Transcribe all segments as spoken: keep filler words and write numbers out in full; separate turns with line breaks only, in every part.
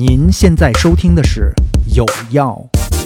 您现在收听的是有药。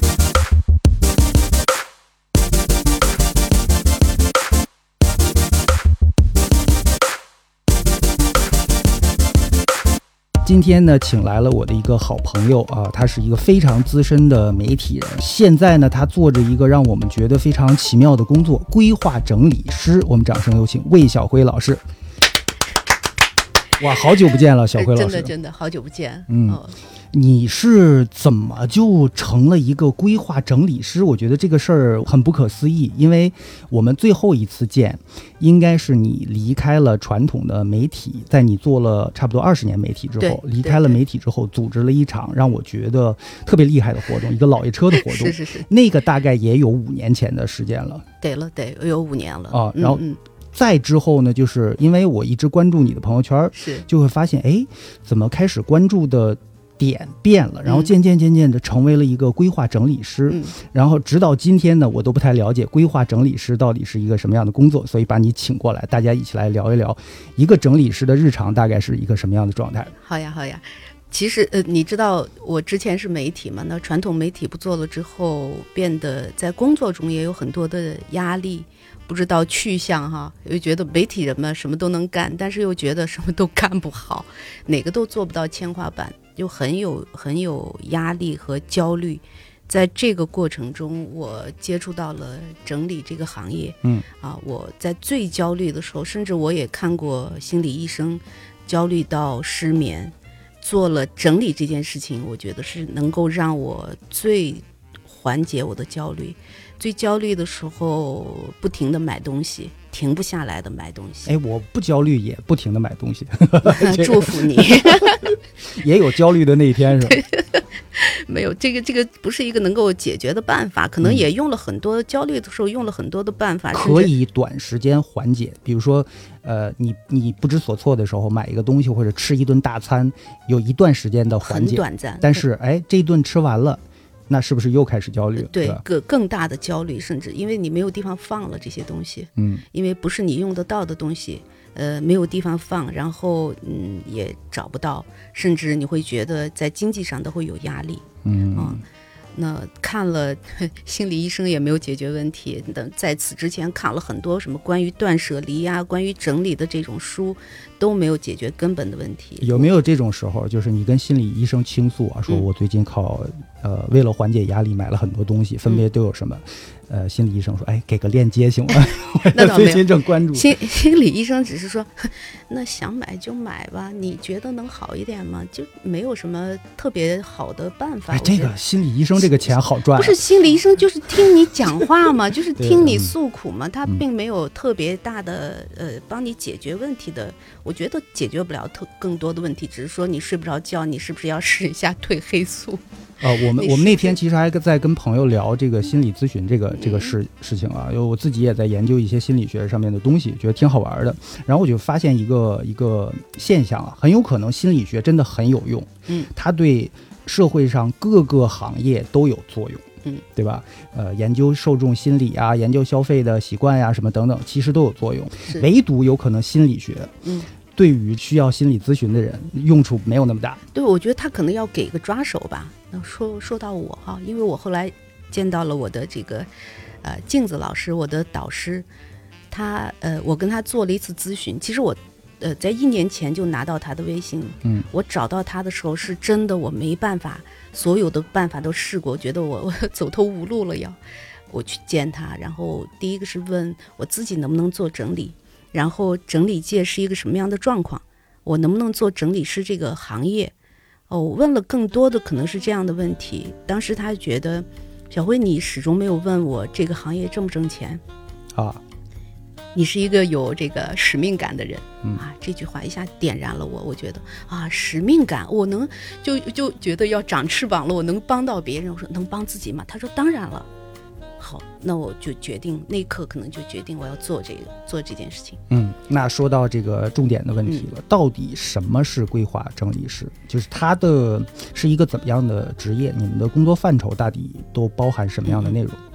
今天呢，请来了我的一个好朋友啊，他是一个非常资深的媒体人，现在呢，他做着一个让我们觉得非常奇妙的工作——规划整理师。我们掌声有请魏晓辉老师。哇，好久不见了，晓辉老师，
真的真的好久不见。
嗯。哦，你是怎么就成了一个规划整理师？我觉得这个事儿很不可思议，因为我们最后一次见应该是你离开了传统的媒体，在你做了差不多二十年媒体之后，离开了媒体之后，组织了一场让我觉得特别厉害的活动，一个老爷车的活动。
是是是，
那个大概也有五年前的时间了。
对了，对，有五年了
啊。然后
嗯嗯
再之后呢，就是因为我一直关注你的朋友圈，
是
就会发现，哎，怎么开始关注的点变了，然后渐渐渐渐的成为了一个规划整理师，
嗯、
然后直到今天呢，我都不太了解规划整理师到底是一个什么样的工作，所以把你请过来，大家一起来聊一聊一个整理师的日常大概是一个什么样的状态。
好呀好呀，其实呃，你知道我之前是媒体嘛，那传统媒体不做了之后，变得在工作中也有很多的压力，不知道去向哈，又觉得媒体人嘛什么都能干，但是又觉得什么都干不好，哪个都做不到天花板，就很有很有压力和焦虑。在这个过程中，我接触到了整理这个行业，
嗯
啊，我在最焦虑的时候，甚至我也看过心理医生，焦虑到失眠，做了整理这件事情，我觉得是能够让我最缓解我的焦虑。最焦虑的时候，不停地买东西，停不下来的买东西。
哎，我不焦虑也不停地买东西。
祝福你。
也有焦虑的那一天是吧？
没有，这个这个不是一个能够解决的办法，可能也用了很多、嗯、焦虑的时候用了很多的办法，
可以短时间缓解。比如说，呃，你你不知所措的时候买一个东西或者吃一顿大餐，有一段时间的缓解，
很短暂。
但是哎，这一顿吃完了。那是不是又开始焦虑了？
对，更更大的焦虑，甚至因为你没有地方放了这些东西，
嗯，
因为不是你用得到的东西，呃，没有地方放，然后嗯也找不到，甚至你会觉得在经济上都会有压力，
嗯。
嗯，那看了心理医生也没有解决问题，在此之前看了很多什么关于断舍离啊、关于整理的这种书，都没有解决根本的问题。
有没有这种时候，就是你跟心理医生倾诉啊，说我最近靠、嗯、呃为了缓解压力买了很多东西，分别都有什么？嗯、呃，心理医生说，哎，给个链接行吗？
那倒没有。
最近正关注。
心心理医生只是说，那想买就买吧，你觉得能好一点吗？就没有什么特别好的办法。
哎，这个心理医生这个钱好赚、啊。
不是心理医生就是听你讲话嘛，就是听你诉苦嘛，他并没有特别大的呃帮你解决问题的。我觉得解决不了特更多的问题，只是说你睡不着觉，你是不是要试一下褪黑素？
呃，我们我们那天其实还在跟朋友聊这个心理咨询这个这个事事情啊，因为我自己也在研究一些心理学上面的东西，觉得挺好玩的。然后我就发现一个一个现象啊，很有可能心理学真的很有用，
嗯，它
对社会上各个行业都有作用。
嗯，
对吧？呃，研究受众心理啊，研究消费的习惯呀、啊，什么等等，其实都有作用。唯独有可能心理学，
嗯，
对于需要心理咨询的人，用处没有那么大。
对，我觉得他可能要给个抓手吧。那说说到我哈，因为我后来见到了我的这个呃镜子老师，我的导师，他呃，我跟他做了一次咨询。其实我呃在一年前就拿到他的微信，
嗯，
我找到他的时候是真的我没办法。所有的办法都试过，觉得我我走投无路了，要我去见他。然后第一个是问我自己能不能做整理，然后整理界是一个什么样的状况，我能不能做整理师这个行业。哦，我问了更多的可能是这样的问题。当时他觉得，小辉你始终没有问我这个行业挣不挣钱
啊。
你是一个有这个使命感的人、
嗯、
啊！这句话一下点燃了我，我觉得啊，使命感，我能就就觉得要长翅膀了，我能帮到别人。我说能帮自己吗？他说当然了。好，那我就决定，那一刻可能就决定我要做这个做这件事情。
嗯，那说到这个重点的问题了，嗯、到底什么是规划整理师？就是他的是一个怎么样的职业？你们的工作范畴大抵都包含什么样的内容？
嗯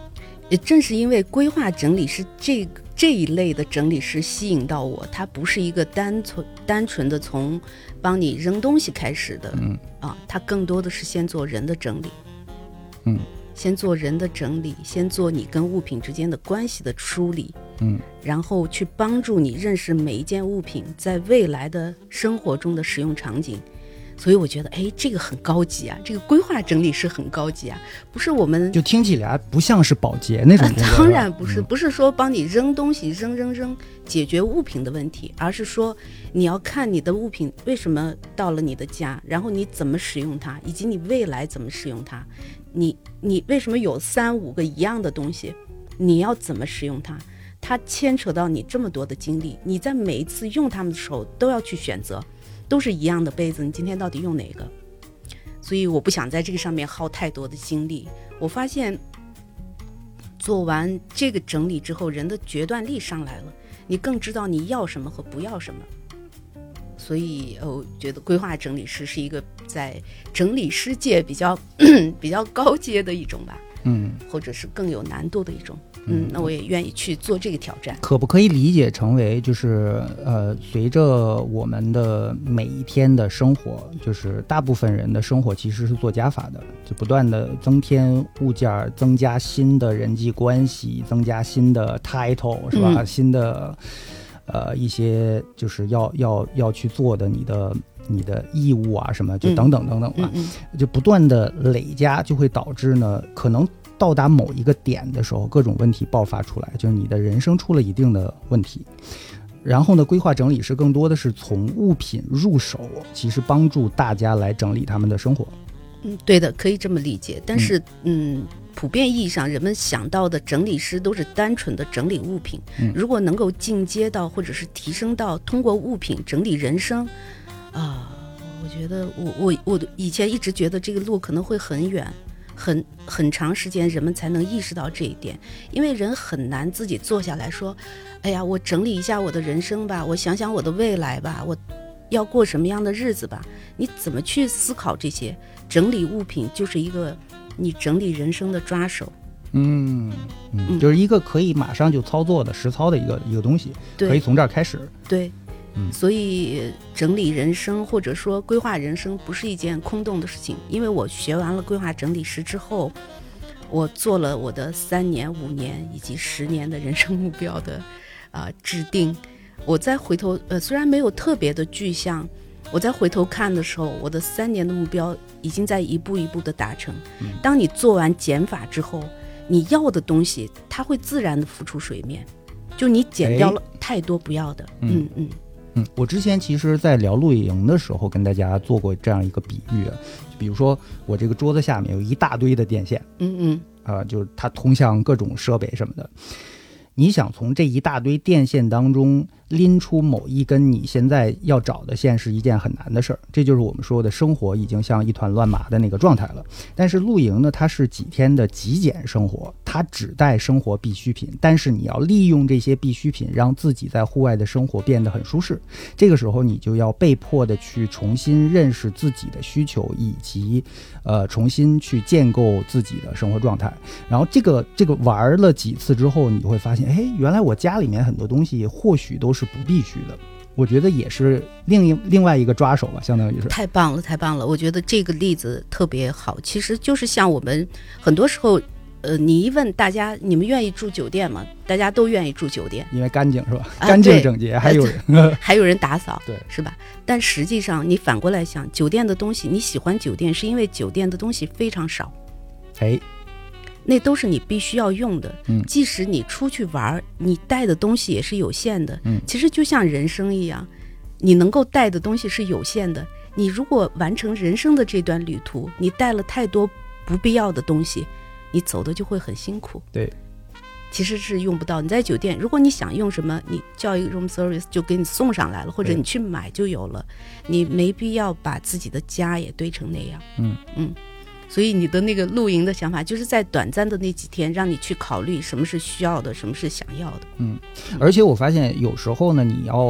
也正是因为规划整理师这这一类的整理师吸引到我，它不是一个单纯单纯的从帮你扔东西开始的，
嗯
啊，它更多的是先做人的整理，
嗯，
先做人的整理，先做你跟物品之间的关系的梳理，
嗯，
然后去帮助你认识每一件物品在未来的生活中的使用场景。所以我觉得，哎，这个很高级啊，这个规划整理师很高级啊，不是我们
就听起来不像是保洁那种工作、
啊、当然不是、
嗯，
不是说帮你扔东西扔扔扔解决物品的问题，而是说你要看你的物品为什么到了你的家，然后你怎么使用它，以及你未来怎么使用它，你你为什么有三五个一样的东西，你要怎么使用它，它牵扯到你这么多的精力，你在每一次用它们的时候都要去选择，都是一样的杯子，你今天到底用哪个？所以我不想在这个上面耗太多的精力。我发现做完这个整理之后，人的决断力上来了，你更知道你要什么和不要什么。所以我觉得规划整理师是一个在整理师界比较比较高阶的一种吧，
嗯，
或者是更有难度的一种。嗯，那我也愿意去做这个挑战。
可不可以理解成为就是呃，随着我们的每一天的生活，就是大部分人的生活其实是做加法的，就不断的增添物件，增加新的人际关系，增加新的 title 是吧？嗯、新的呃一些就是要要要去做的你的你的义务啊什么，就等等等等吧，
嗯嗯、
就不断的累加，就会导致呢可能。到达某一个点的时候，各种问题爆发出来，就是你的人生出了一定的问题。然后呢，规划整理师更多的是从物品入手，其实帮助大家来整理他们的生活。
嗯，对的，可以这么理解。但是，嗯，嗯普遍意义上，人们想到的整理师都是单纯的整理物品。嗯、如果能够进阶到，或者是提升到通过物品整理人生，啊，我觉得我我我以前一直觉得这个路可能会很远。很很长时间人们才能意识到这一点，因为人很难自己坐下来说，哎呀，我整理一下我的人生吧，我想想我的未来吧，我要过什么样的日子吧，你怎么去思考这些？整理物品就是一个你整理人生的抓手。
嗯 嗯, 嗯，就是一个可以马上就操作的实操的一个一个东西，可以从这儿开始。
对。嗯、所以整理人生或者说规划人生不是一件空洞的事情，因为我学完了规划整理师之后，我做了我的三年五年以及十年的人生目标的、呃、制定。我再回头呃，虽然没有特别的具象，我再回头看的时候，我的三年的目标已经在一步一步的达成、嗯、当你做完减法之后，你要的东西它会自然的浮出水面，就你减掉了太多不要的。嗯嗯
嗯，我之前其实在聊露营的时候跟大家做过这样一个比喻，就比如说我这个桌子下面有一大堆的电线，
嗯嗯，
啊、呃，就是它通向各种设备什么的，你想从这一大堆电线当中拎出某一根你现在要找的线是一件很难的事儿，这就是我们说的生活已经像一团乱麻的那个状态了。但是露营呢，它是几天的极简生活，它只带生活必需品，但是你要利用这些必需品让自己在户外的生活变得很舒适。这个时候你就要被迫的去重新认识自己的需求，以及呃重新去建构自己的生活状态。然后这个这个玩了几次之后，你会发现，哎，原来我家里面很多东西或许都是不必须的，我觉得也是另一另外一个抓手吧，相当于是。
太棒了，太棒了！我觉得这个例子特别好。其实就是像我们很多时候，呃，你一问大家，你们愿意住酒店吗？大家都愿意住酒店，
因为干净是吧？啊、干净整洁，还有人
还有人打扫，
对，
是吧？但实际上，你反过来想，酒店的东西，你喜欢酒店，是因为酒店的东西非常少，
哎。
那都是你必须要用的、
嗯、
即使你出去玩，你带的东西也是有限的、
嗯、
其实就像人生一样，你能够带的东西是有限的，你如果完成人生的这段旅途，你带了太多不必要的东西，你走的就会很辛苦。
对，
其实是用不到。你在酒店，如果你想用什么，你叫一个 room service 就给你送上来了，或者你去买就有了，你没必要把自己的家也堆成那样。
嗯
嗯，所以你的那个露营的想法，就是在短暂的那几天，让你去考虑什么是需要的，什么是想要的。
嗯，而且我发现有时候呢，你要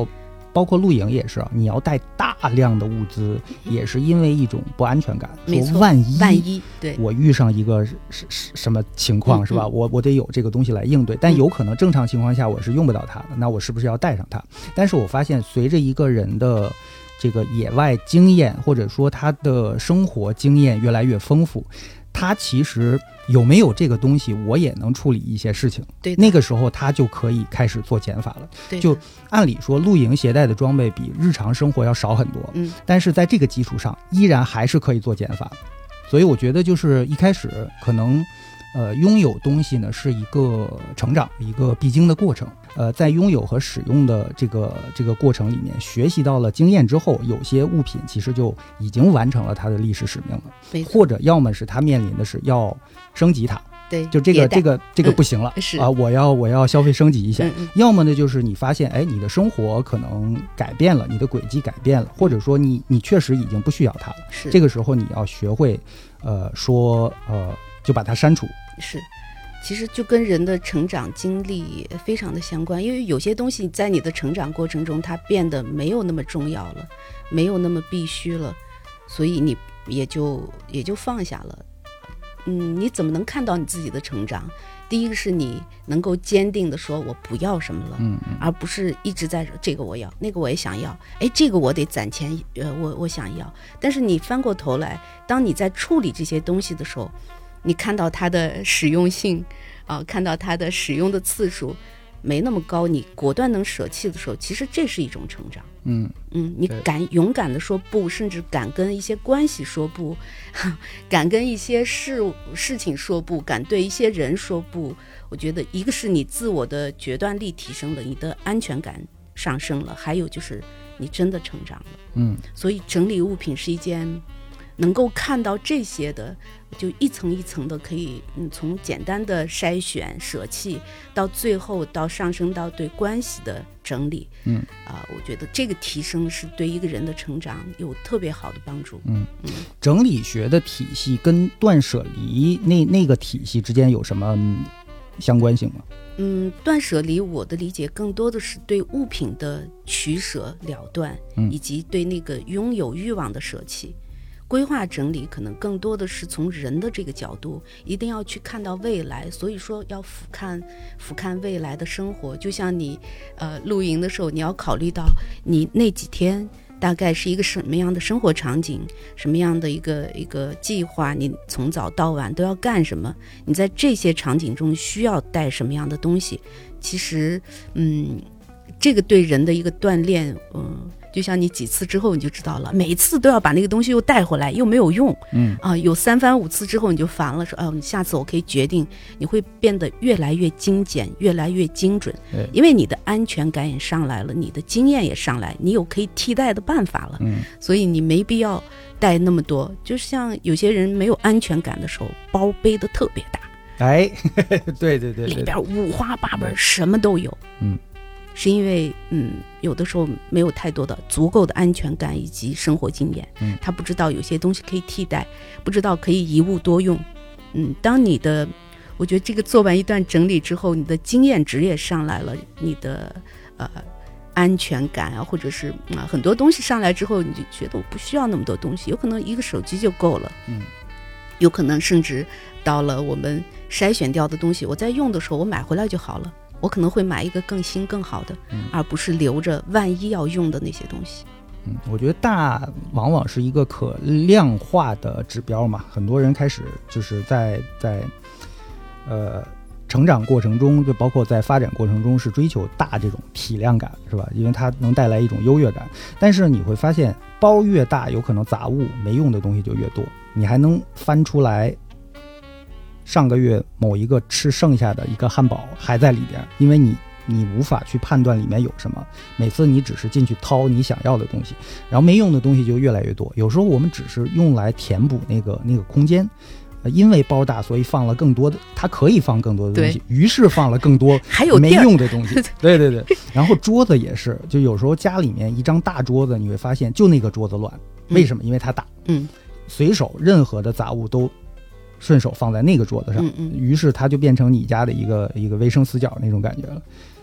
包括露营也是，你要带大量的物资，也是因为一种不安全感。
没错，
说万一
万一对
我遇上一个什什么情况，
嗯、
是吧？我我得有这个东西来应对，但有可能正常情况下我是用不到它的，那我是不是要带上它？但是我发现，随着一个人的这个野外经验，或者说他的生活经验越来越丰富，他其实有没有这个东西，我也能处理一些事情。
对，
那个时候他就可以开始做减法了。
对，
就按理说，露营携带的装备比日常生活要少很多，
嗯，
但是在这个基础上，依然还是可以做减法。所以我觉得，就是一开始可能。呃，拥有东西呢是一个成长，一个必经的过程。呃，在拥有和使用的这个这个过程里面，学习到了经验之后，有些物品其实就已经完成了它的历史使命了，或者要么是它面临的是要升级它，
对，
就这个这个这个不行了、
嗯、是
啊，我要我要消费升级一下。
嗯嗯
要么呢就是你发现，哎，你的生活可能改变了，你的轨迹改变了，或者说你你确实已经不需要它了。
是
这个时候你要学会，呃，说呃。就把它删除。
是，其实就跟人的成长经历非常的相关，因为有些东西在你的成长过程中它变得没有那么重要了，没有那么必须了，所以你也就也就放下了。嗯，你怎么能看到你自己的成长？第一个是你能够坚定的说我不要什么了，
嗯嗯，
而不是一直在说这个我要，那个我也想要，哎，这个我得攒钱，呃，我我想要。但是你翻过头来，当你在处理这些东西的时候，你看到它的实用性啊、呃，看到它的使用的次数没那么高，你果断能舍弃的时候，其实这是一种成长。
嗯
嗯，你敢勇敢的说不，甚至敢跟一些关系说不，敢跟一些事事情说不，敢对一些人说不。我觉得一个是你自我的决断力提升了，你的安全感上升了，还有就是你真的成长了。
嗯，
所以整理物品是一件能够看到这些的，就一层一层的可以，嗯，从简单的筛选舍弃到最后到上升到对关系的整理。
嗯
啊、呃，我觉得这个提升是对一个人的成长有特别好的帮助。
嗯嗯，整理学的体系跟断舍离那那个体系之间有什么相关性吗？
嗯，断舍离我的理解更多的是对物品的取舍了断，
嗯，
以及对那个拥有欲望的舍弃。规划整理可能更多的是从人的这个角度，一定要去看到未来，所以说要俯瞰俯瞰未来的生活。就像你呃露营的时候，你要考虑到你那几天大概是一个什么样的生活场景，什么样的一个一个计划，你从早到晚都要干什么，你在这些场景中需要带什么样的东西。其实嗯这个对人的一个锻炼，嗯就像你几次之后你就知道了，每一次都要把那个东西又带回来，又没有用，
嗯
啊，有三番五次之后你就烦了，说哦，你下次我可以决定，你会变得越来越精简，越来越精准，因为你的安全感也上来了，你的经验也上来，你有可以替代的办法了，
嗯，
所以你没必要带那么多。就像有些人没有安全感的时候，包背得特别大，
哎，对对对，
里边五花八门，什么都有，
嗯。
是因为嗯，有的时候没有太多的足够的安全感以及生活经验，
嗯，
他不知道有些东西可以替代，不知道可以一物多用，嗯，当你的，我觉得这个做完一段整理之后，你的经验值也上来了，你的呃安全感啊，或者是啊、呃、很多东西上来之后，你就觉得我不需要那么多东西，有可能一个手机就够了，
嗯，
有可能甚至到了我们筛选掉的东西，我在用的时候我买回来就好了。我可能会买一个更新更好的、嗯、而不是留着万一要用的那些东西。
嗯，我觉得大往往是一个可量化的指标嘛，很多人开始就是在在呃成长过程中，就包括在发展过程中是追求大这种体量感，是吧？因为它能带来一种优越感。但是你会发现包越大，有可能杂物没用的东西就越多，你还能翻出来上个月某一个吃剩下的一个汉堡还在里边，因为你你无法去判断里面有什么，每次你只是进去掏你想要的东西，然后没用的东西就越来越多。有时候我们只是用来填补那个那个空间，因为包大所以放了更多的，它可以放更多的东西，于是放了更多
还有
没用的东西。对对对，然后桌子也是，就有时候家里面一张大桌子，你会发现就那个桌子乱，为什么？因为它大，
嗯，
随手任何的杂物都顺手放在那个桌子上，
嗯嗯，
于是它就变成你家的一个一个卫生死角那种感觉了。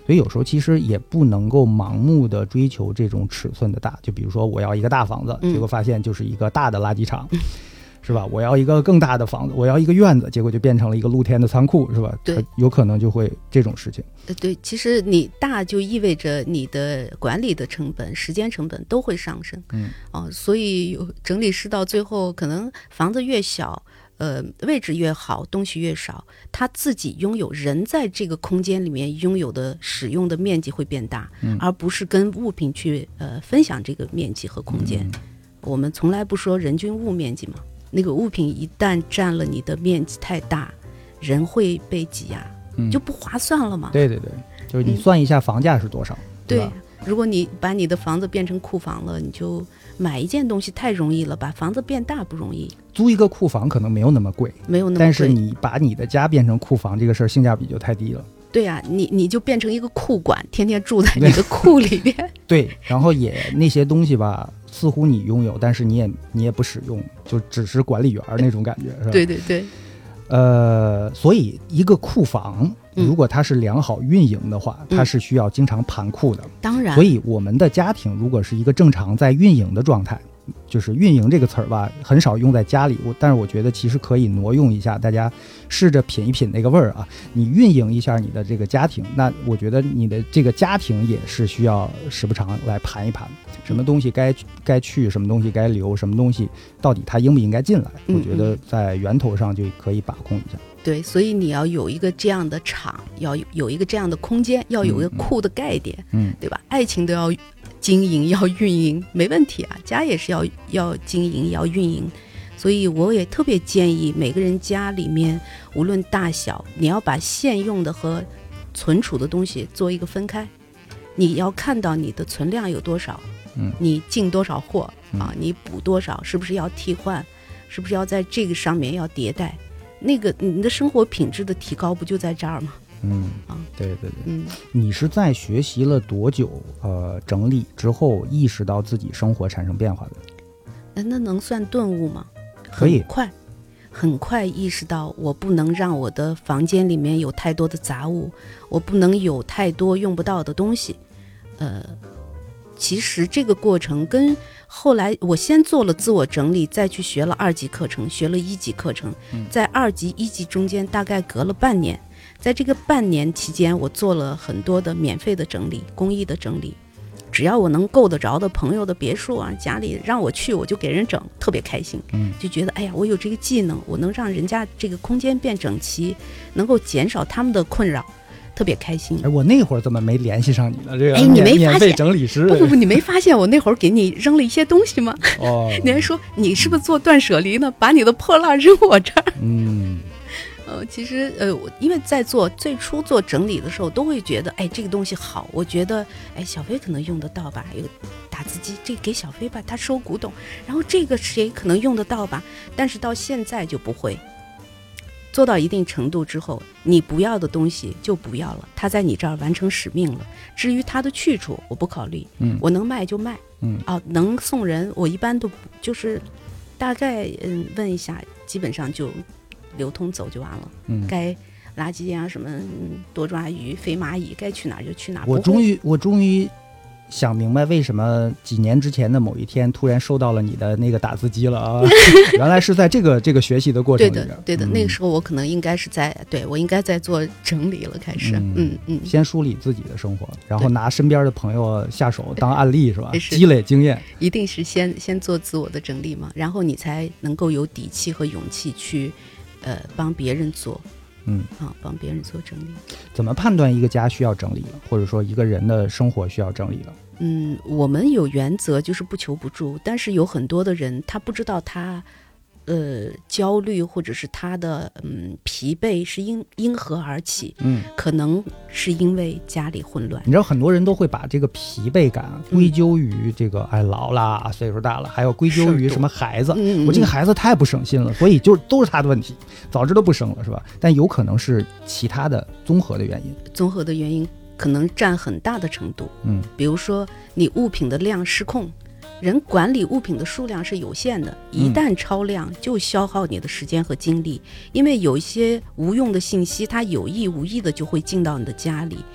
所以有时候其实也不能够盲目的追求这种尺寸的大，就比如说我要一个大房子，结果发现就是一个大的垃圾场。嗯是吧？我要一个更大的房子，我要一个院子，结果就变成了一个露天的仓库，是吧？
对，
有可能就会这种事情。
呃，对，其实你大就意味着你的管理的成本、时间成本都会上升。
嗯，
哦，所以有整理师到最后，可能房子越小，呃，位置越好，东西越少，他自己拥有人在这个空间里面拥有的使用的面积会变大，
嗯、
而不是跟物品去呃分享这个面积和空间。嗯、我们从来不说人均物面积嘛。那个物品一旦占了你的面积太大，人会被挤压，嗯、就不划算了嘛。
对对对，就是你算一下房价是多少，嗯、对吧？
对，如果你把你的房子变成库房了，你就买一件东西太容易了，把房子变大不容易。
租一个库房可能没有那么贵，
没有那么贵，
但是你把你的家变成库房，这个事儿性价比就太低了。
对呀、啊，你你就变成一个库管，天天住在你的库里边。
对，然后也那些东西吧，似乎你拥有，但是你也你也不使用，就只是管理员那种感觉，是吧？
对对对。
呃，所以一个库房，如果它是良好运营的话，嗯、它是需要经常盘库的。
当然。
所以我们的家庭如果是一个正常在运营的状态。就是运营这个词儿吧，很少用在家里，我但是我觉得其实可以挪用一下，大家试着品一品那个味儿啊。你运营一下你的这个家庭，那我觉得你的这个家庭也是需要时不常来盘一盘，什么东西该该去，什么东西该留，什么东西到底它应不应该进来，
嗯嗯
我觉得在源头上就可以把控一下。
对，所以你要有一个这样的场，要有一个这样的空间，要有一个库的概念，
嗯，
对吧？爱情都要经营，要运营，没问题啊。家也是要要经营，要运营。所以我也特别建议每个人家里面，无论大小，你要把现用的和存储的东西做一个分开。你要看到你的存量有多少，
嗯，
你进多少货、
嗯、
啊，你补多少，是不是要替换，是不是要在这个上面要迭代。那个你的生活品质的提高不就在这儿吗？
嗯
啊，
对对对，
嗯，
你是在学习了多久呃整理之后意识到自己生活产生变化的？
那那能算顿悟吗？
可以，
很快，很快意识到我不能让我的房间里面有太多的杂物，我不能有太多用不到的东西。呃，其实这个过程跟后来我先做了自我整理，再去学了二级课程，学了一级课程，在二级一级中间大概隔了半年，在这个半年期间我做了很多的免费的整理，公益的整理，只要我能够得着的朋友的别墅啊，家里让我去我就给人整，特别开心，就觉得哎呀，我有这个技能，我能让人家这个空间变整齐，能够减少他们的困扰，特别开心。
哎，我那会儿怎么没联系上你呢？这个
哎，你没发现
免费整理师？
不不不，你没发现我那会儿给你扔了一些东西吗？
哦，
你还说你是不是做断舍离呢？把你的破烂扔我这儿。
嗯，
呃，其实呃，我因为在做最初做整理的时候，都会觉得哎这个东西好，我觉得哎小飞可能用得到吧，有打字机，这个给小飞吧，他收古董，然后这个谁可能用得到吧，但是到现在就不会。做到一定程度之后，你不要的东西就不要了，它在你这儿完成使命了。至于它的去处，我不考虑，
嗯，
我能卖就卖，
嗯，
啊，能送人，我一般都就是大概嗯问一下，基本上就流通走就完了。
嗯，
该垃圾啊什么、嗯、多抓鱼、飞蚂蚁，该去哪儿就去哪儿。
我终于，我终于。想明白为什么几年之前的某一天突然收到了你的那个打字机了啊！原来是在这个这个学习的过程里边。
对的，对的、嗯，那个时候我可能应该是在对我应该在做整理了，开始，嗯 嗯, 嗯，
先梳理自己的生活，然后拿身边的朋友下手当案例是吧？积累经验，
一定是先先做自我的整理嘛，然后你才能够有底气和勇气去呃帮别人做。
嗯
啊，帮别人做整理。
怎么判断一个家需要整理了，或者说一个人的生活需要整理了？
嗯，我们有原则，就是不求不助。但是有很多的人，他不知道他，呃，焦虑或者是他的嗯疲惫是因因何而起。
嗯，
可能是因为家里混乱。
你知道，很多人都会把这个疲惫感归咎于这个、嗯、哎老了，岁数大了，还有归咎于什么孩子。
嗯、
我这个孩子太不省心了，所以就都是他的问题，早知道不生了，是吧？但有可能是其他的综合的原因。
综合的原因。可能占很大的程度，
嗯，
比如说你物品的量失控，人管理物品的数量是有限的，一旦超量就消耗你的时间和精力，嗯、因为有一些无用的信息，它有意无意的就会进到你的家里，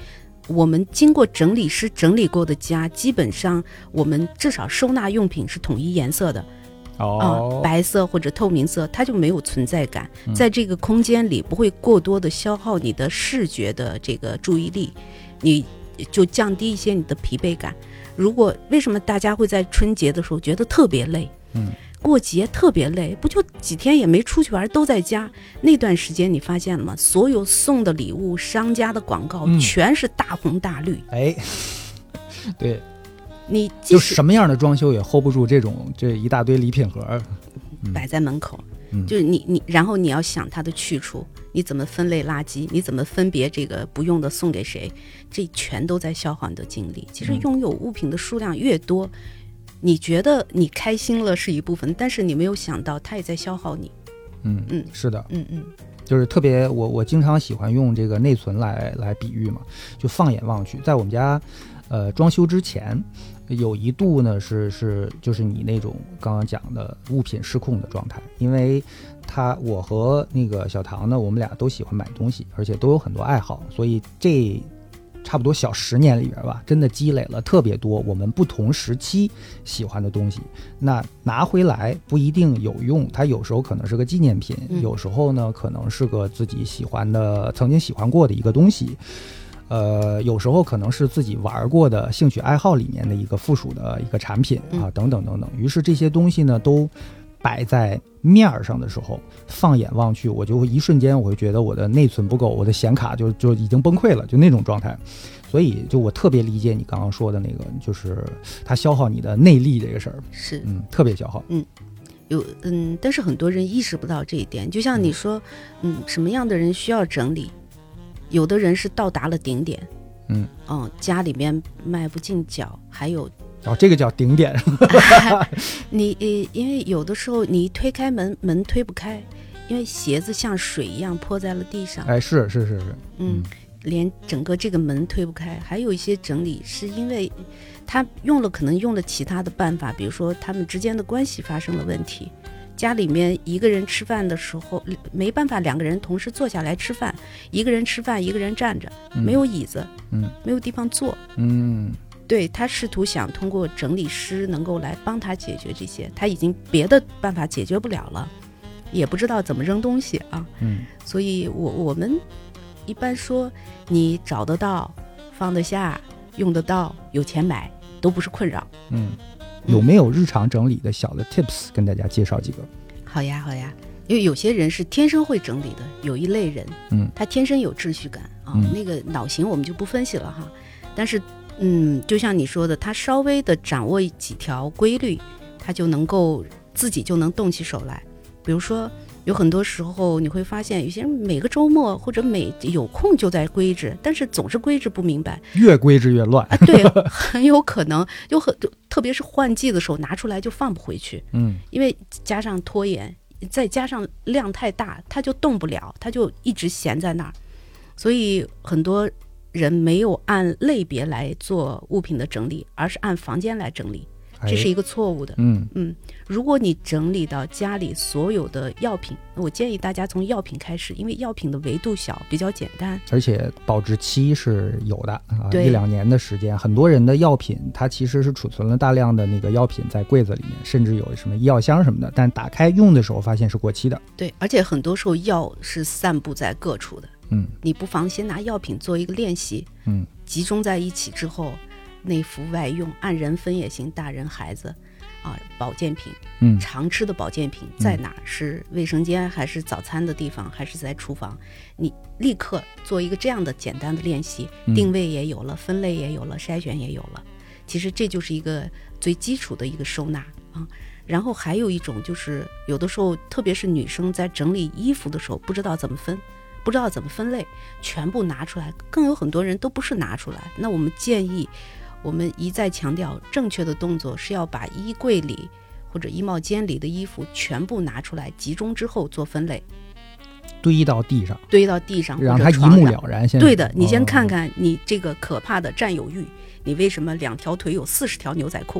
我们经过整理师整理过的家，基本上我们至少收纳用品是统一颜色的。
哦、
呃，白色或者透明色，它就没有存在感，嗯、在这个空间里不会过多的消耗你的视觉的这个注意力，你就降低一些你的疲惫感。如果为什么大家会在春节的时候觉得特别累？
嗯，
过节特别累，不就几天也没出去玩，都在家。那段时间你发现了吗？所有送的礼物、商家的广告、嗯、全是大红大绿。
哎，对。
你
就什么样的装修也 hold 不住这种这一大堆礼品盒、
嗯、摆在门口、
嗯、
就是你你然后你要想它的去处，你怎么分类垃圾，你怎么分别这个不用的送给谁，这全都在消耗你的精力。其实拥有物品的数量越多、嗯、你觉得你开心了是一部分，但是你没有想到它也在消耗你。
嗯嗯，是的，
嗯嗯，
就是特别我我经常喜欢用这个内存来来比喻嘛，就放眼望去，在我们家呃装修之前有一度呢是是就是你那种刚刚讲的物品失控的状态，因为他我和那个小唐呢，我们俩都喜欢买东西，而且都有很多爱好，所以这差不多小十年里边吧，真的积累了特别多我们不同时期喜欢的东西。那拿回来不一定有用，它有时候可能是个纪念品、嗯、有时候呢可能是个自己喜欢的曾经喜欢过的一个东西，呃，有时候可能是自己玩过的兴趣爱好里面的一个附属的一个产品啊，等等等等。于是这些东西呢都摆在面上的时候，放眼望去，我就会一瞬间我会觉得我的内存不够，我的显卡就就已经崩溃了，就那种状态。所以就我特别理解你刚刚说的那个，就是它消耗你的内力这个事儿，
是
嗯，特别消耗。
嗯，有嗯，但是很多人意识不到这一点。就像你说，嗯，什么样的人需要整理？有的人是到达了顶点，
嗯，
哦，家里面迈不进脚，还有，
哦，这个叫顶点。
你呃，因为有的时候你推开门，门推不开，因为鞋子像水一样泼在了地上。
哎，是是是是，
嗯，嗯连整个这个门推不开。还有一些整理是因为他用了，可能用了其他的办法，比如说他们之间的关系发生了问题。家里面一个人吃饭的时候没办法两个人同时坐下来吃饭，一个人吃饭一个人站着、嗯、没有椅子，
嗯，
没有地方坐，
嗯，
对，他试图想通过整理师能够来帮他解决这些，他已经别的办法解决不了了，也不知道怎么扔东西啊，
嗯，
所以我我们一般说你找得到放得下用得到有钱买都不是困扰。
嗯，有没有日常整理的小的 tips 跟大家介绍几个？
好呀好呀，因为有些人是天生会整理的，有一类人，
嗯，
他天生有秩序感啊、
嗯，
那个脑型我们就不分析了哈。但是，嗯，就像你说的，他稍微的掌握几条规律，他就能够自己就能动起手来。比如说，有很多时候你会发现，有些人每个周末或者每有空就在规制，但是总是规制不明白，
越规制越乱。
啊、对，很有可能就很，特别是换季的时候拿出来就放不回去，
嗯，
因为加上拖延，再加上量太大，它就动不了，它就一直闲在那儿，所以很多人没有按类别来做物品的整理，而是按房间来整理。这是一个错误的。
嗯
嗯，如果你整理到家里所有的药品，我建议大家从药品开始，因为药品的维度小，比较简单，
而且保质期是有的啊，一两年的时间。很多人的药品它其实是储存了大量的那个药品在柜子里面，甚至有什么医药箱什么的，但打开用的时候发现是过期的。
对，而且很多时候药是散布在各处的。
嗯，
你不妨先拿药品做一个练习，
嗯，
集中在一起之后。内服外用，按人分也行，大人孩子啊，保健品，
嗯，
常吃的保健品在哪儿？是卫生间还是早餐的地方，还是在厨房？你立刻做一个这样的简单的练习，定位也有了，分类也有了，筛选也有了。其实这就是一个最基础的一个收纳啊。然后还有一种就是有的时候，特别是女生在整理衣服的时候，不知道怎么分。不知道怎么分类，全部拿出来，更有很多人都不是拿出来。那我们建议，我们一再强调，正确的动作是要把衣柜里或者衣帽间里的衣服全部拿出来，集中之后做分类，
堆到地上，
堆到地上，
让它一目了然。先
对的，你先看看你这个可怕的占有欲，你为什么两条腿有四十条牛仔裤？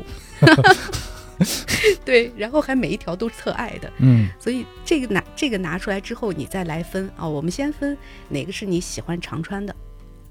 对，然后还每一条都是特爱的，
嗯，
所以这个拿这个拿出来之后，你再来分啊。我们先分哪个是你喜欢常穿的，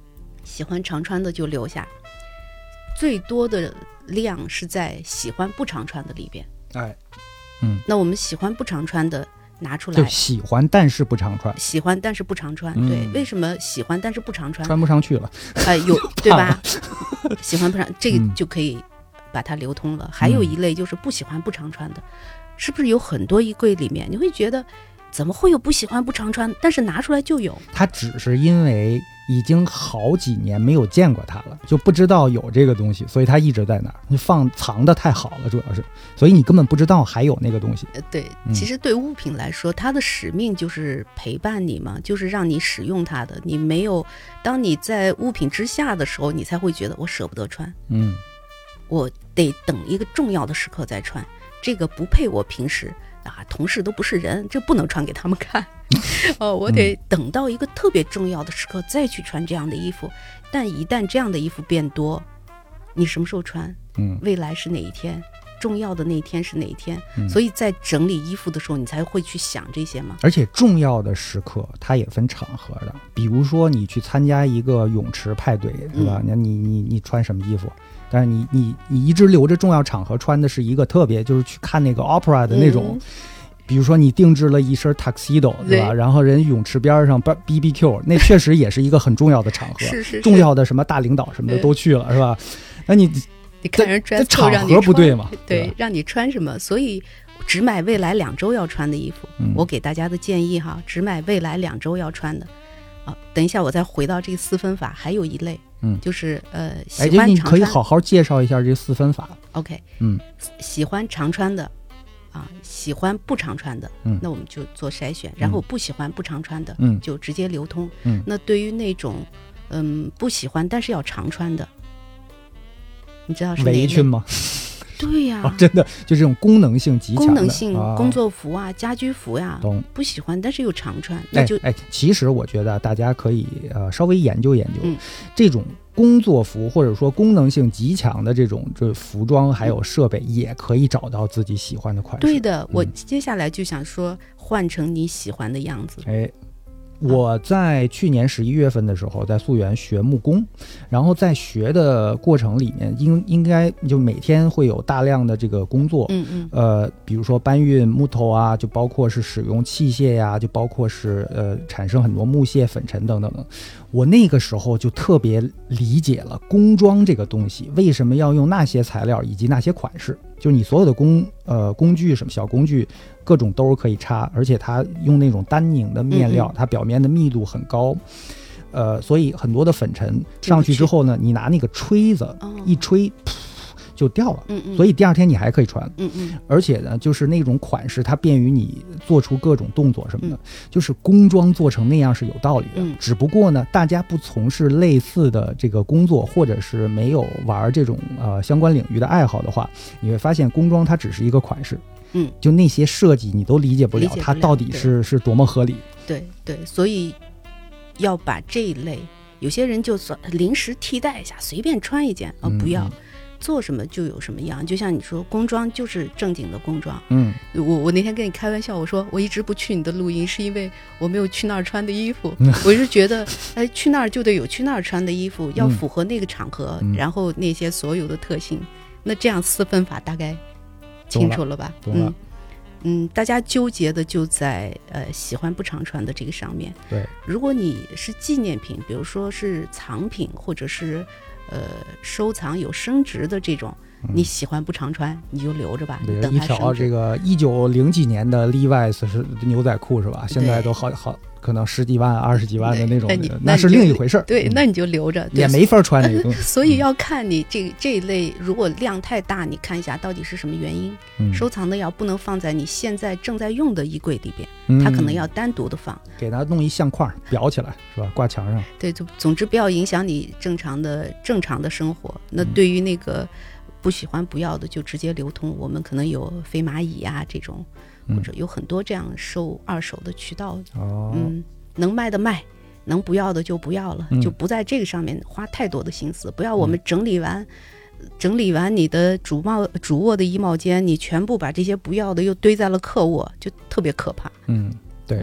喜欢常穿的就留下，最多的量是在喜欢不常穿的里边。
哎，嗯，
那我们喜欢不常穿的拿出来，
就喜欢但是不常穿，
喜欢但是不常穿。
嗯、
对，为什么喜欢但是不常穿？
穿不上去了，
呃，有对吧？喜欢不常，这个就可以把它流通了。嗯、还有一类就是不喜欢不常穿的，是不是有很多衣柜里面你会觉得怎么会有不喜欢不常穿，但是拿出来就有？它
只是因为已经好几年没有见过它了，就不知道有这个东西，所以它一直在那儿，你放藏的太好了，主要是，所以你根本不知道还有那个东西。
呃，对，嗯、其实对物品来说，它的使命就是陪伴你嘛，就是让你使用它的。你没有，当你在物品之下的时候，你才会觉得我舍不得穿，
嗯，
我得等一个重要的时刻再穿，这个不配我平时。啊，同事都不是人，这不能穿给他们看。哦，我得等到一个特别重要的时刻再去穿这样的衣服。但一旦这样的衣服变多，你什么时候穿？
嗯，
未来是哪一天？重要的那一天是哪一天？
嗯、
所以在整理衣服的时候，你才会去想这些嘛。
而且重要的时刻它也分场合的，比如说你去参加一个泳池派对，是吧？那、嗯、你你你穿什么衣服？但是你你你一直留着重要场合穿的是一个特别，就是去看那个 opera 的那种，嗯、比如说你定制了一身 tuxedo， 对吧？然后人泳池边上 B B Q， 那确实也是一个很重要的场合，
是是是
重要的什么大领导什么的都去了，是吧？那你
你看人dress code让你
场合不对嘛？
对，对让你穿什么？所以只买未来两周要穿的衣服。嗯、我给大家的建议哈，只买未来两周要穿的。啊，等一下我再回到这个四分法，还有一类。嗯，就是呃，喜欢常穿。哎，
你可以好好介绍一下这四分法。
OK，
嗯，
喜欢常穿的，啊，喜欢不常穿的，嗯，那我们就做筛选，然后不喜欢不常穿的，嗯，就直接流通。嗯，那对于那种嗯不喜欢但是要常穿的，你知道是哪类？
围裙吗？
对呀、啊
哦，真的就这种功能性极强的
功能性、啊、工作服啊、家居服呀、啊，不喜欢但是又常穿，那就
哎, 哎，其实我觉得大家可以呃稍微研究研究、嗯、这种工作服或者说功能性极强的这种这服装还有设备，也可以找到自己喜欢的款式。
对的，我接下来就想说，换成你喜欢的样子。
哎。我在去年十一月份的时候在溯源学木工，然后在学的过程里面应应该就每天会有大量的这个工作，
嗯嗯，
呃，比如说搬运木头啊，就包括是使用器械呀、啊，就包括是呃产生很多木屑粉尘等等等。我那个时候就特别理解了工装这个东西为什么要用那些材料以及那些款式，就是你所有的工呃工具什么小工具各种兜可以插，而且它用那种单拧的面料，嗯嗯它表面的密度很高，呃，所以很多的粉尘上去之后呢，你拿那个吹子一吹，噗就掉了，
嗯嗯，
所以第二天你还可以穿，
嗯嗯，
而且呢，就是那种款式它便于你做出各种动作什么的，嗯、就是工装做成那样是有道理的，
嗯，
只不过呢，大家不从事类似的这个工作，或者是没有玩这种呃相关领域的爱好的话，你会发现工装它只是一个款式。
嗯，
就那些设计你都理解不了，
理解不了
它到底是是多么合理。
对对，所以要把这一类，有些人就算临时替代一下，随便穿一件啊、哦，不要、嗯、做什么就有什么样。就像你说，工装就是正经的工装。
嗯，
我我那天跟你开玩笑，我说我一直不去你的录音，是因为我没有去那儿穿的衣服。嗯、我是觉得，哎，去那儿就得有去那儿穿的衣服，要符合那个场合，
嗯、
然后那些所有的特性。那这样四分法大概。清楚了吧？
嗯
嗯，大家纠结的就在呃喜欢不常穿的这个上面。
对，
如果你是纪念品，比如说是藏品，或者是呃收藏有升值的这种，嗯、你喜欢不常穿，你就留着吧。你等它升值。
一条这个一九零几年的 Levi's 是牛仔裤是吧？现在都好好。可能十几万、二十几万的那种，
那,
那是另一回事。
对，那你就留着，
也没法穿那个东西。
所以要看你这这一类，如果量太大，你看一下到底是什么原因。
嗯、
收藏的要不能放在你现在正在用的衣柜里边，嗯、它可能要单独的放。
给它弄一相框裱起来，是吧？挂墙上。
对，就总之不要影响你正常的正常的生活。那对于那个不喜欢不要的，就直接流通。我们可能有飞蚂蚁呀、啊、这种，或者有很多这样收二手的渠道。
哦，
嗯。能卖的卖，能不要的就不要了，
嗯、
就不在这个上面花太多的心思。不要我们整理完，嗯、整理完你的主帽主卧的衣帽间，你全部把这些不要的又堆在了客卧，就特别可怕。
嗯，对，
嗯、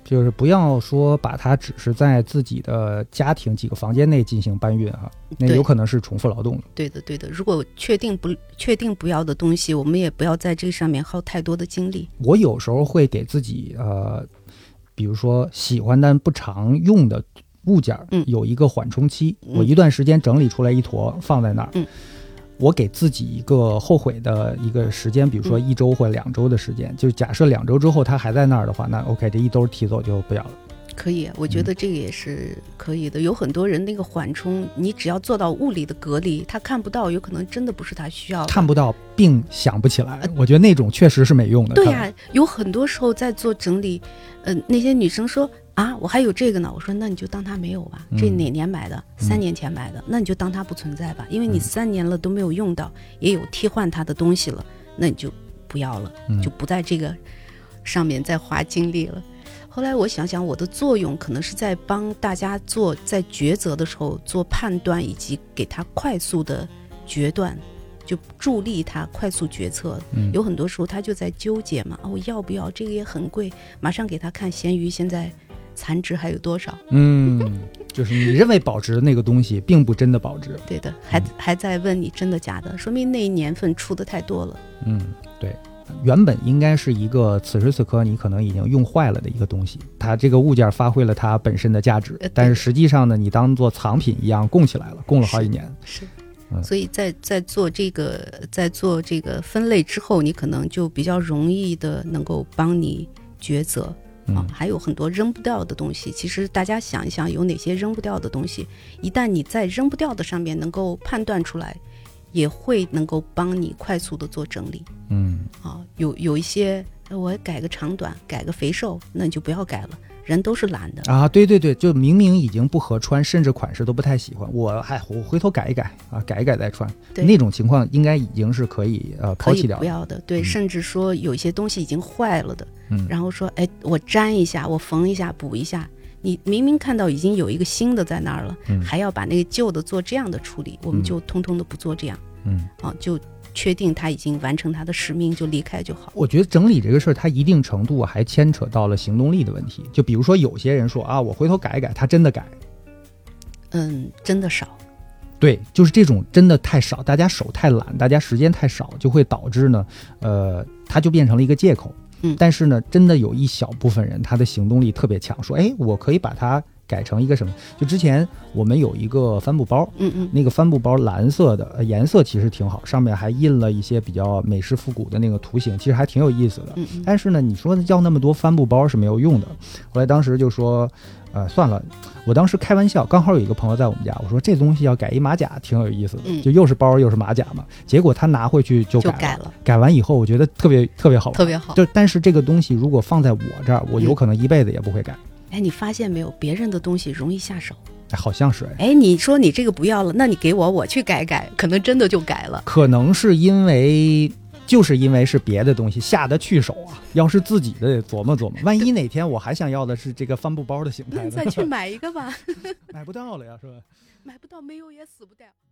就是不要说把它只是在自己的家庭几个房间内进行搬运啊，那有可能是重复劳动的。
对的对的，如果确定不确定不要的东西，我们也不要在这上面耗太多的精力。
我有时候会给自己呃比如说喜欢但不常用的物件有一个缓冲期、嗯、我一段时间整理出来一坨放在那儿、嗯，我给自己一个后悔的一个时间，比如说一周或两周的时间、嗯、就是假设两周之后它还在那儿的话，那 OK 这一兜提走就不要了。
可以，我觉得这个也是可以的、嗯、有很多人那个缓冲，你只要做到物理的隔离，他看不到，有可能真的不是他需要的，
看不到并想不起来、呃、我觉得那种确实是没用的。
对呀、啊，有很多时候在做整理，呃，那些女生说啊，我还有这个呢，我说那你就当它没有吧，这哪年买的、嗯、三年前买的，那你就当它不存在吧，因为你三年了都没有用到、嗯、也有替换它的东西了，那你就不要了、嗯、就不在这个上面再花精力了。后来我想想，我的作用可能是在帮大家做在抉择的时候做判断，以及给他快速的决断，就助力他快速决策、嗯、有很多时候他就在纠结嘛，我、哦、要不要，这个也很贵，马上给他看闲鱼现在残值还有多少。
嗯，就是你认为保值的那个东西并不真的保值。
对的，还、嗯、还在问你真的假的，说明那一年份出的太多了。
嗯，对，原本应该是一个此时此刻你可能已经用坏了的一个东西，它这个物件发挥了它本身的价值、呃、但是实际上呢，你当做藏品一样供起来了，供了好几年。
是，是嗯、所以在在做这个在做这个分类之后，你可能就比较容易的能够帮你抉择。啊，还有很多扔不掉的东西，其实大家想一想有哪些扔不掉的东西，一旦你在扔不掉的上面能够判断出来，也会能够帮你快速的做整理。嗯，啊，有有一些我改个长短，改个肥瘦，那你就不要改了，人都是懒的
啊。对对对，就明明已经不合穿，甚至款式都不太喜欢，我还我回头改一改啊，改一改再穿，那种情况应该已经是可以呃抛弃掉的，
可以不要的。对、嗯，甚至说有一些东西已经坏了的，
嗯，
然后说哎，我粘一下，我缝一下，补一下。你明明看到已经有一个新的在那儿了、嗯，还要把那个旧的做这样的处理，我们就通通的不做这样。嗯，啊，就确定他已经完成他的使命，就离开就好。
我觉得整理这个事儿，它一定程度还牵扯到了行动力的问题。就比如说有些人说啊，我回头改一改，他真的改，
嗯，真的少。
对，就是这种真的太少，大家手太懒，大家时间太少，就会导致呢，呃，它就变成了一个借口。嗯，但是呢，真的有一小部分人，他的行动力特别强，说，哎，我可以把它改成一个什么？就之前我们有一个帆布包，
嗯嗯，
那个帆布包蓝色的，呃、颜色其实挺好，上面还印了一些比较美式复古的那个图形，其实还挺有意思的。
嗯嗯，
但是呢，你说要那么多帆布包是没有用的。后来当时就说，呃，算了，我当时开玩笑，刚好有一个朋友在我们家，我说这东西要改一马甲，挺有意思的，嗯、就又是包又是马甲嘛。结果他拿回去就改了，
就改了。
改完以后，我觉得特别特别好玩，
特别好。
就但是这个东西如果放在我这儿，我有可能一辈子也不会改。嗯
哎，你发现没有，别人的东西容易下手。
哎，好像是
哎。哎，你说你这个不要了，那你给我，我去改改，可能真的就改了。
可能是因为，就是因为是别的东西下得去手啊。要是自己的得琢磨琢磨，万一哪天我还想要的是这个帆布包的形态呢？
再去买一个吧。
买不到了呀，是吧？
买不到，没有也死不掉。